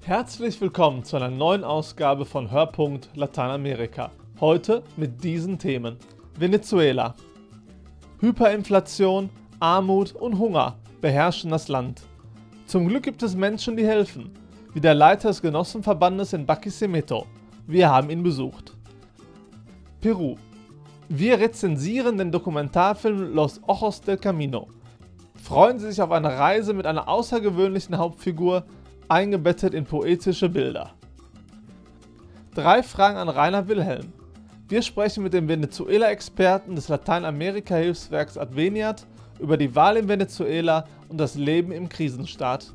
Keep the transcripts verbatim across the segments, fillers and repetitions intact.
Herzlich willkommen zu einer neuen Ausgabe von Hörpunkt Lateinamerika. Heute mit diesen Themen: Venezuela. Hyperinflation, Armut und Hunger beherrschen das Land. Zum Glück gibt es Menschen, die helfen, wie der Leiter des Genossenverbandes in Barquisimeto. Wir haben ihn besucht. Peru. Wir rezensieren den Dokumentarfilm Los Ojos del Camino. Freuen Sie sich auf eine Reise mit einer außergewöhnlichen Hauptfigur, eingebettet in poetische Bilder. Drei Fragen an Rainer Wilhelm. Wir sprechen mit dem Venezuela-Experten des Lateinamerika-Hilfswerks Adveniat über die Wahl in Venezuela und das Leben im Krisenstaat.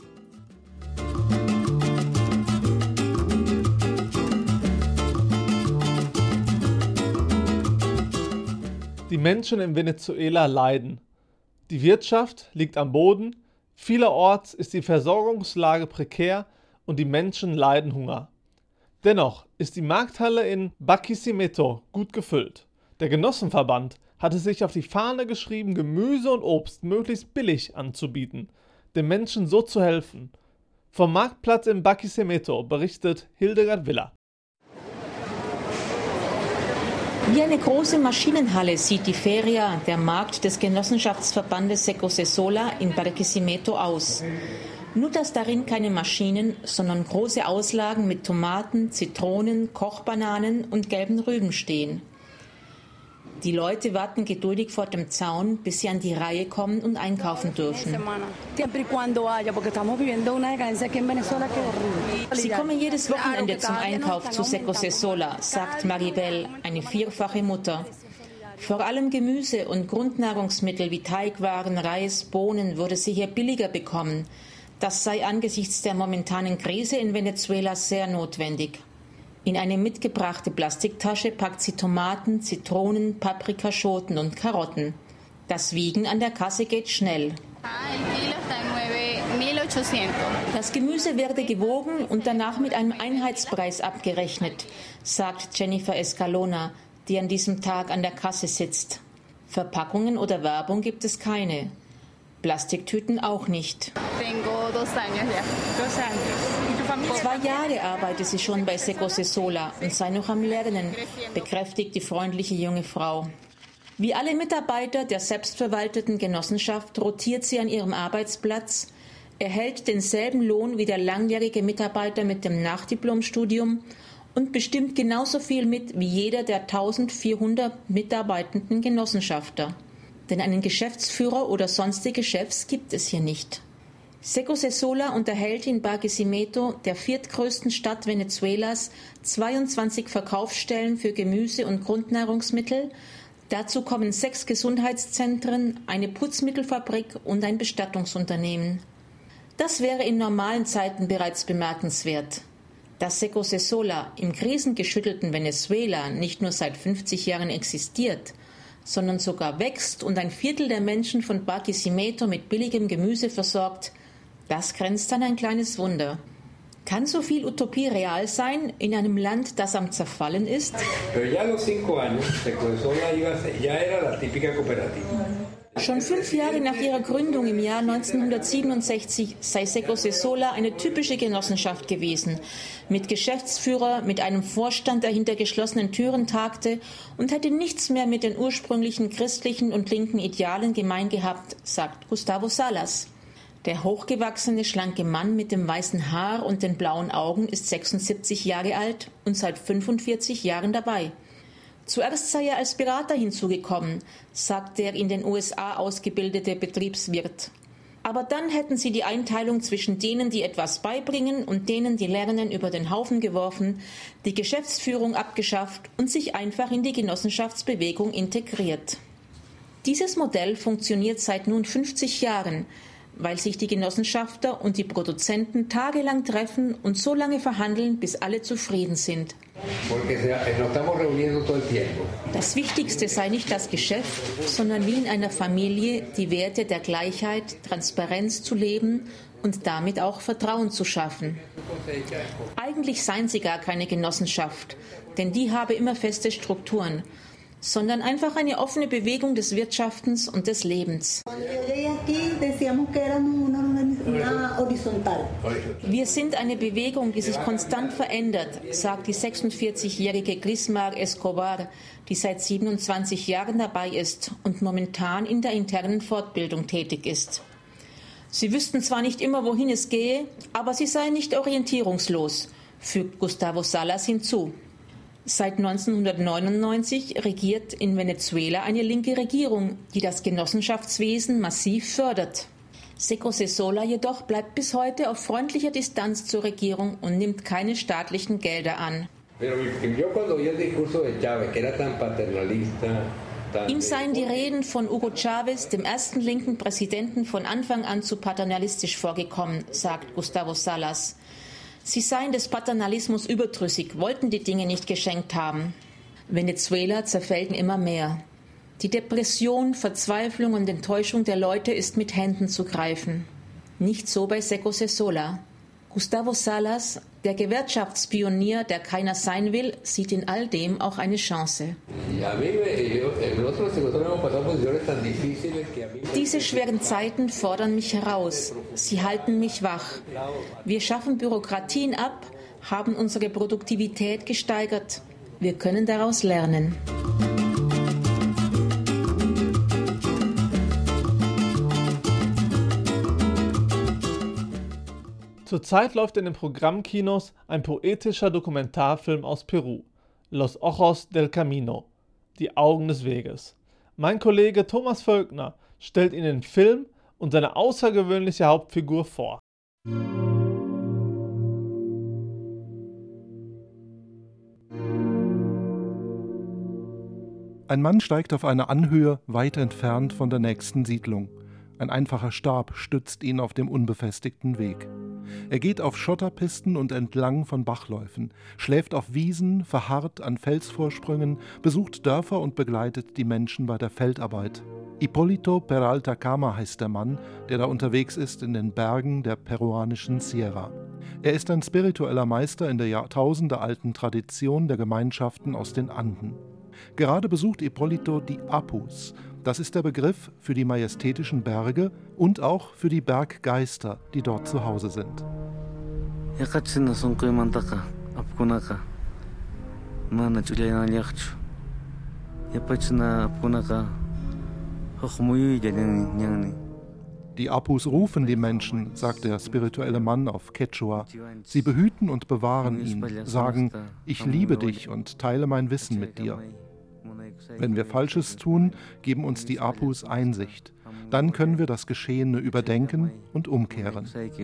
Die Menschen in Venezuela leiden. Die Wirtschaft liegt am Boden, vielerorts ist die Versorgungslage prekär und die Menschen leiden Hunger. Dennoch ist die Markthalle in Barquisimeto gut gefüllt. Der Genossenverband hatte sich auf die Fahne geschrieben, Gemüse und Obst möglichst billig anzubieten, den Menschen so zu helfen. Vom Marktplatz in Barquisimeto berichtet Hildegard Willer. Wie eine große Maschinenhalle sieht die Feria, der Markt des Genossenschaftsverbandes Secosesola in Barquisimeto, aus. Nur dass darin keine Maschinen, sondern große Auslagen mit Tomaten, Zitronen, Kochbananen und gelben Rüben stehen. Die Leute warten geduldig vor dem Zaun, bis sie an die Reihe kommen und einkaufen dürfen. Sie kommen jedes Wochenende zum Einkauf zu Secosesola, sagt Maribel, eine vierfache Mutter. Vor allem Gemüse und Grundnahrungsmittel wie Teigwaren, Reis, Bohnen würde sie hier billiger bekommen. Das sei angesichts der momentanen Krise in Venezuela sehr notwendig. In eine mitgebrachte Plastiktasche packt sie Tomaten, Zitronen, Paprikaschoten und Karotten. Das Wiegen an der Kasse geht schnell. Das Gemüse werde gewogen und danach mit einem Einheitspreis abgerechnet, sagt Jennifer Escalona, die an diesem Tag an der Kasse sitzt. Verpackungen oder Werbung gibt es keine. Plastiktüten auch nicht. Zwei Jahre arbeite sie schon bei Secosesola und sei noch am Lernen, bekräftigt die freundliche junge Frau. Wie alle Mitarbeiter der selbstverwalteten Genossenschaft rotiert sie an ihrem Arbeitsplatz, erhält denselben Lohn wie der langjährige Mitarbeiter mit dem Nachdiplomstudium und bestimmt genauso viel mit wie jeder der eintausendvierhundert mitarbeitenden Genossenschafter. Denn einen Geschäftsführer oder sonstige Chefs gibt es hier nicht. Secosesola unterhält in Barquisimeto, der viertgrößten Stadt Venezuelas, zweiundzwanzig Verkaufsstellen für Gemüse und Grundnahrungsmittel. Dazu kommen sechs Gesundheitszentren, eine Putzmittelfabrik und ein Bestattungsunternehmen. Das wäre in normalen Zeiten bereits bemerkenswert. Dass Secosesola im krisengeschüttelten Venezuela nicht nur seit fünfzig Jahren existiert, sondern sogar wächst und ein Viertel der Menschen von Barquisimeto mit billigem Gemüse versorgt, das grenzt an ein kleines Wunder. Kann so viel Utopie real sein in einem Land, das am Zerfallen ist? Schon fünf Jahre nach ihrer Gründung im Jahr neunzehnhundertsiebenundsechzig sei Secosesola eine typische Genossenschaft gewesen, mit Geschäftsführer, mit einem Vorstand, der hinter geschlossenen Türen tagte und hätte nichts mehr mit den ursprünglichen christlichen und linken Idealen gemein gehabt, sagt Gustavo Salas. Der hochgewachsene, schlanke Mann mit dem weißen Haar und den blauen Augen ist sechsundsiebzig Jahre alt und seit fünfundvierzig Jahren dabei. Zuerst sei er als Berater hinzugekommen, sagt der in den U S A ausgebildete Betriebswirt. Aber dann hätten sie die Einteilung zwischen denen, die etwas beibringen und denen, die lernen, über den Haufen geworfen, die Geschäftsführung abgeschafft und sich einfach in die Genossenschaftsbewegung integriert. Dieses Modell funktioniert seit nun fünfzig Jahren, weil sich die Genossenschafter und die Produzenten tagelang treffen und so lange verhandeln, bis alle zufrieden sind. Das Wichtigste sei nicht das Geschäft, sondern wie in einer Familie die Werte der Gleichheit, Transparenz zu leben und damit auch Vertrauen zu schaffen. Eigentlich seien sie gar keine Genossenschaft, denn die habe immer feste Strukturen, sondern einfach eine offene Bewegung des Wirtschaftens und des Lebens. Wir sind eine Bewegung, die sich konstant verändert, sagt die sechsundvierzigjährige Glismar Escobar, die seit siebenundzwanzig Jahren dabei ist und momentan in der internen Fortbildung tätig ist. Sie wüssten zwar nicht immer, wohin es gehe, aber sie seien nicht orientierungslos, fügt Gustavo Salas hinzu. Seit neunzehnhundertneunundneunzig regiert in Venezuela eine linke Regierung, die das Genossenschaftswesen massiv fördert. Secose Sola jedoch bleibt bis heute auf freundlicher Distanz zur Regierung und nimmt keine staatlichen Gelder an. Ihm seien die Reden von Hugo Chávez, dem ersten linken Präsidenten, von Anfang an zu paternalistisch vorgekommen, sagt Gustavo Salas. Sie seien des Paternalismus überdrüssig, wollten die Dinge nicht geschenkt haben. Venezuela zerfällt immer mehr. Die Depression, Verzweiflung und Enttäuschung der Leute ist mit Händen zu greifen. Nicht so bei Secose Sola. Gustavo Salas, der Gewerkschaftspionier, der keiner sein will, sieht in all dem auch eine Chance. Diese schweren Zeiten fordern mich heraus. Sie halten mich wach. Wir schaffen Bürokratien ab, haben unsere Produktivität gesteigert. Wir können daraus lernen. Zurzeit läuft in den Programmkinos ein poetischer Dokumentarfilm aus Peru, Los Ojos del Camino, die Augen des Weges. Mein Kollege Thomas Völkner stellt Ihnen den Film und seine außergewöhnliche Hauptfigur vor. Ein Mann steigt auf eine Anhöhe weit entfernt von der nächsten Siedlung. Ein einfacher Stab stützt ihn auf dem unbefestigten Weg. Er geht auf Schotterpisten und entlang von Bachläufen, schläft auf Wiesen, verharrt an Felsvorsprüngen, besucht Dörfer und begleitet die Menschen bei der Feldarbeit. Hipólito Peralta Cama heißt der Mann, der da unterwegs ist in den Bergen der peruanischen Sierra. Er ist ein spiritueller Meister in der jahrtausendealten Tradition der Gemeinschaften aus den Anden. Gerade besucht Hipólito die Apus. Das ist der Begriff für die majestätischen Berge und auch für die Berggeister, die dort zu Hause sind. Die Apus rufen die Menschen, sagt der spirituelle Mann auf Quechua. Sie behüten und bewahren ihn, sagen, ich liebe dich und teile mein Wissen mit dir. Wenn wir Falsches tun, geben uns die Apus Einsicht. Dann können wir das Geschehene überdenken und umkehren.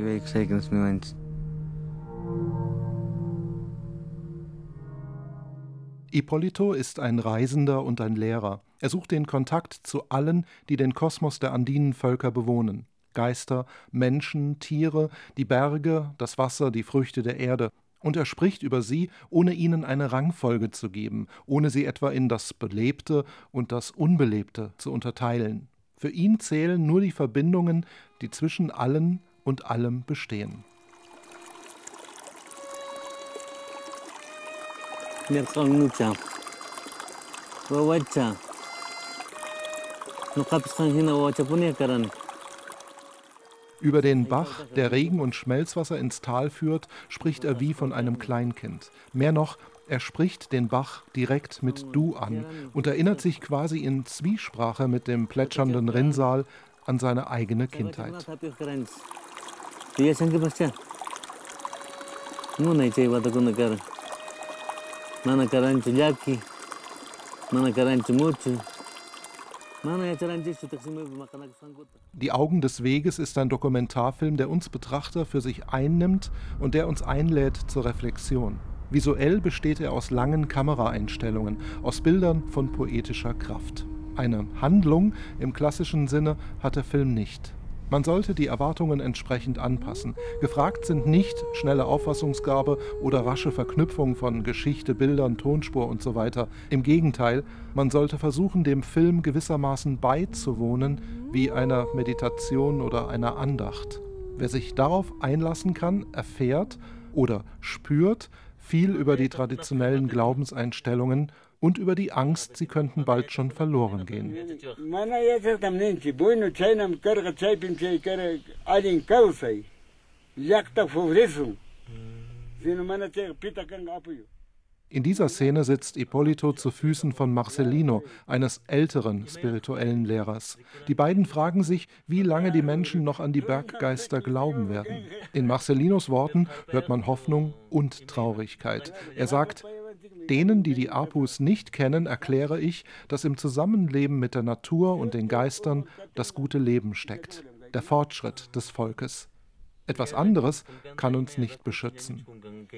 Hipólito ist ein Reisender und ein Lehrer. Er sucht den Kontakt zu allen, die den Kosmos der andinen Völker bewohnen. Geister, Menschen, Tiere, die Berge, das Wasser, die Früchte der Erde. Und er spricht über sie, ohne ihnen eine Rangfolge zu geben, ohne sie etwa in das Belebte und das Unbelebte zu unterteilen. Für ihn zählen nur die Verbindungen, die zwischen allen und allem bestehen. Über den Bach, der Regen und Schmelzwasser ins Tal führt, spricht er wie von einem Kleinkind. Mehr noch, er spricht den Bach direkt mit Du an und erinnert sich quasi in Zwiesprache mit dem plätschernden Rinnsal an seine eigene Kindheit. Die Augen des Weges ist ein Dokumentarfilm, der uns Betrachter für sich einnimmt und der uns einlädt zur Reflexion. Visuell besteht er aus langen Kameraeinstellungen, aus Bildern von poetischer Kraft. Eine Handlung im klassischen Sinne hat der Film nicht. Man sollte die Erwartungen entsprechend anpassen. Gefragt sind nicht schnelle Auffassungsgabe oder rasche Verknüpfung von Geschichte, Bildern, Tonspur und so weiter. Im Gegenteil, man sollte versuchen, dem Film gewissermaßen beizuwohnen, wie einer Meditation oder einer Andacht. Wer sich darauf einlassen kann, erfährt oder spürt viel über die traditionellen Glaubenseinstellungen und über die Angst, sie könnten bald schon verloren gehen. In dieser Szene sitzt Ippolito zu Füßen von Marcelino, eines älteren spirituellen Lehrers. Die beiden fragen sich, wie lange die Menschen noch an die Berggeister glauben werden. In Marcelinos Worten hört man Hoffnung und Traurigkeit. Er sagt: Denen, die die Apus nicht kennen, erkläre ich, dass im Zusammenleben mit der Natur und den Geistern das gute Leben steckt, der Fortschritt des Volkes. Etwas anderes kann uns nicht beschützen.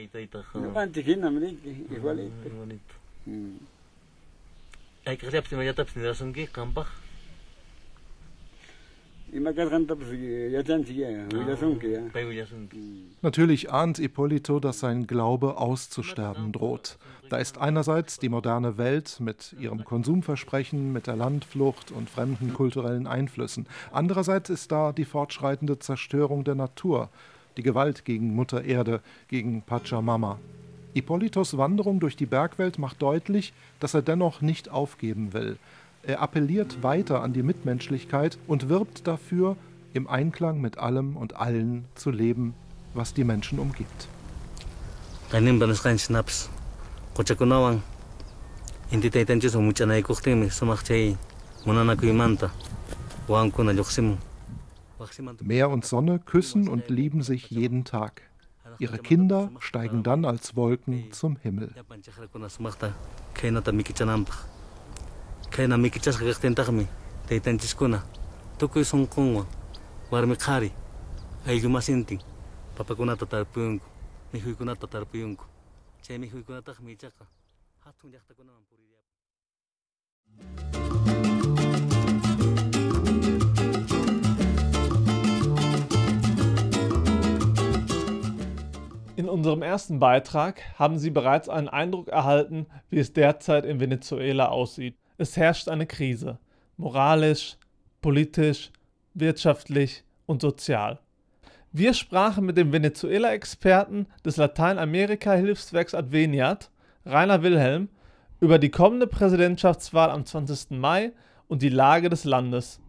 Natürlich ahnt Ippolito, dass sein Glaube auszusterben droht. Da ist einerseits die moderne Welt mit ihrem Konsumversprechen, mit der Landflucht und fremden kulturellen Einflüssen. Andererseits ist da die fortschreitende Zerstörung der Natur, die Gewalt gegen Mutter Erde, gegen Pachamama. Ippolitos Wanderung durch die Bergwelt macht deutlich, dass er dennoch nicht aufgeben will. Er appelliert weiter an die Mitmenschlichkeit und wirbt dafür, im Einklang mit allem und allen zu leben, was die Menschen umgibt. Meer und Sonne küssen und lieben sich jeden Tag. Ihre Kinder steigen dann als Wolken zum Himmel. Kaya namikitsas kagaktentakmi, taitanchis ko na, tukoy songkongwa, warmi kari, ay lumasinting, papakuna tatarpuyong ko, mihuy ko na tatarpuyong ko, chay mihuy ko na takmi tsaka, hatong yakta ko naman puriya. In unserem ersten Beitrag haben Sie bereits einen Eindruck erhalten, wie es derzeit in Venezuela aussieht. Es herrscht eine Krise, moralisch, politisch, wirtschaftlich und sozial. Wir sprachen mit dem Venezuela-Experten des Lateinamerika-Hilfswerks Adveniat, Rainer Wilhelm, über die kommende Präsidentschaftswahl am zwanzigsten Mai und die Lage des Landes.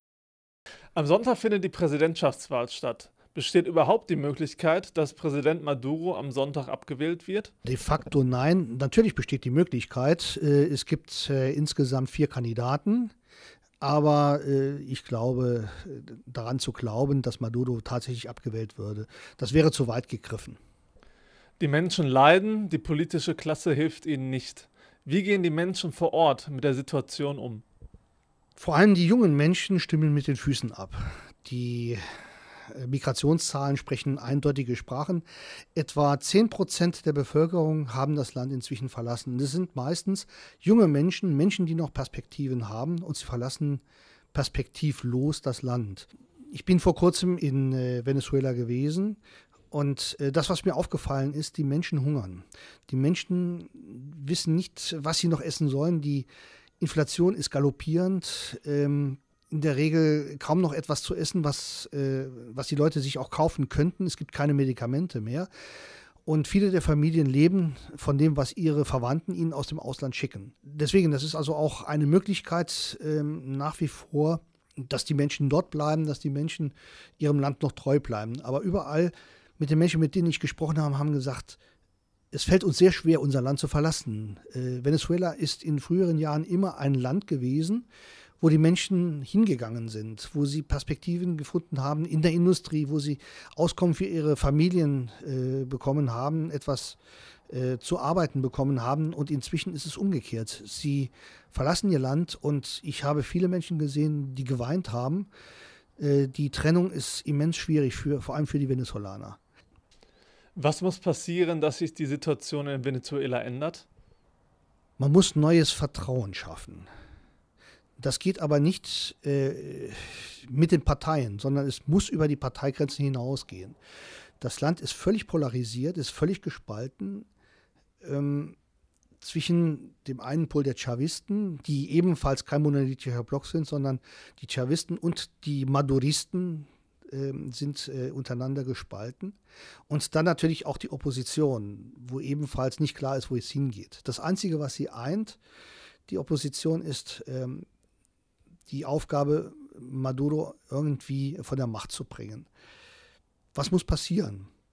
Am Sonntag findet die Präsidentschaftswahl statt. Besteht überhaupt die Möglichkeit, dass Präsident Maduro am Sonntag abgewählt wird? De facto nein. Natürlich besteht die Möglichkeit. Es gibt insgesamt vier Kandidaten. Aber ich glaube, daran zu glauben, dass Maduro tatsächlich abgewählt würde, das wäre zu weit gegriffen. Die Menschen leiden, die politische Klasse hilft ihnen nicht. Wie gehen die Menschen vor Ort mit der Situation um? Vor allem die jungen Menschen stimmen mit den Füßen ab. Die Migrationszahlen sprechen eindeutige Sprachen. Etwa zehn Prozent der Bevölkerung haben das Land inzwischen verlassen. Das sind meistens junge Menschen, Menschen, die noch Perspektiven haben, und sie verlassen perspektivlos das Land. Ich bin vor kurzem in äh, Venezuela gewesen und äh, das, was mir aufgefallen ist, die Menschen hungern. Die Menschen wissen nicht, was sie noch essen sollen. Die Inflation ist galoppierend. Ähm, in der Regel kaum noch etwas zu essen, was, äh, was die Leute sich auch kaufen könnten. Es gibt keine Medikamente mehr. Und viele der Familien leben von dem, was ihre Verwandten ihnen aus dem Ausland schicken. Deswegen, das ist also auch eine Möglichkeit ähm, nach wie vor, dass die Menschen dort bleiben, dass die Menschen ihrem Land noch treu bleiben. Aber überall mit den Menschen, mit denen ich gesprochen habe, haben gesagt, es fällt uns sehr schwer, unser Land zu verlassen. Äh, Venezuela ist in früheren Jahren immer ein Land gewesen, wo die Menschen hingegangen sind, wo sie Perspektiven gefunden haben in der Industrie, wo sie Auskommen für ihre Familien äh, bekommen haben, etwas äh, zu arbeiten bekommen haben. Und inzwischen ist es umgekehrt. Sie verlassen ihr Land und ich habe viele Menschen gesehen, die geweint haben. Äh, die Trennung ist immens schwierig, für, vor allem für die Venezolaner. Was muss passieren, dass sich die Situation in Venezuela ändert? Man muss neues Vertrauen schaffen. Das geht aber nicht äh, mit den Parteien, sondern es muss über die Parteigrenzen hinausgehen. Das Land ist völlig polarisiert, ist völlig gespalten ähm, zwischen dem einen Pol der Chavisten, die ebenfalls kein monolithischer Block sind, sondern die Chavisten und die Maduristen äh, sind äh, untereinander gespalten. Und dann natürlich auch die Opposition, wo ebenfalls nicht klar ist, wo es hingeht. Das Einzige, was sie eint, die Opposition, ist ähm, die Aufgabe, Maduro irgendwie von der Macht zu bringen. Was muss passieren?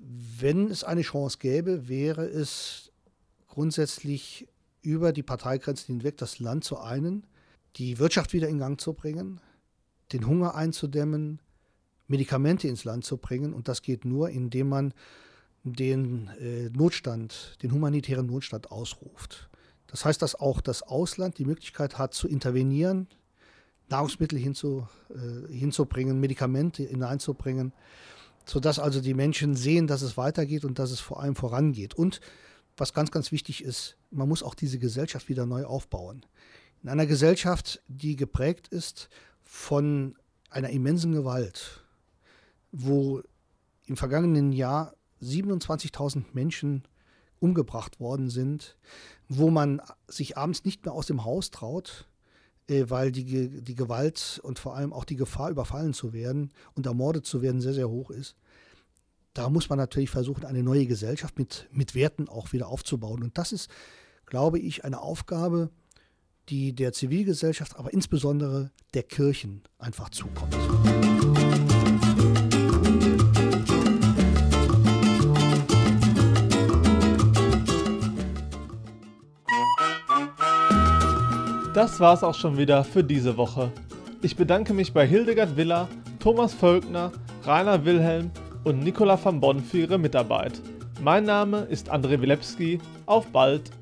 Wenn es eine Chance gäbe, wäre es grundsätzlich über die Parteigrenzen hinweg das Land zu einen, die Wirtschaft wieder in Gang zu bringen, den Hunger einzudämmen, Medikamente ins Land zu bringen. Und das geht nur, indem man den äh, Notstand, den humanitären Notstand ausruft. Das heißt, dass auch das Ausland die Möglichkeit hat zu intervenieren, Nahrungsmittel hinzu, äh, hinzubringen, Medikamente hineinzubringen, sodass also die Menschen sehen, dass es weitergeht und dass es vor allem vorangeht. Und was ganz, ganz wichtig ist, man muss auch diese Gesellschaft wieder neu aufbauen. In einer Gesellschaft, die geprägt ist von einer immensen Gewalt, wo im vergangenen Jahr siebenundzwanzigtausend Menschen umgebracht worden sind, wo man sich abends nicht mehr aus dem Haus traut, weil die, die Gewalt und vor allem auch die Gefahr, überfallen zu werden und ermordet zu werden, sehr, sehr hoch ist. Da muss man natürlich versuchen, eine neue Gesellschaft mit, mit Werten auch wieder aufzubauen. Und das ist, glaube ich, eine Aufgabe, die der Zivilgesellschaft, aber insbesondere der Kirchen einfach zukommt. Das war's auch schon wieder für diese Woche. Ich bedanke mich bei Hildegard Willer, Thomas Völkner, Rainer Wilhelm und Nicola van Bonn für ihre Mitarbeit. Mein Name ist André Wilepski. Auf bald!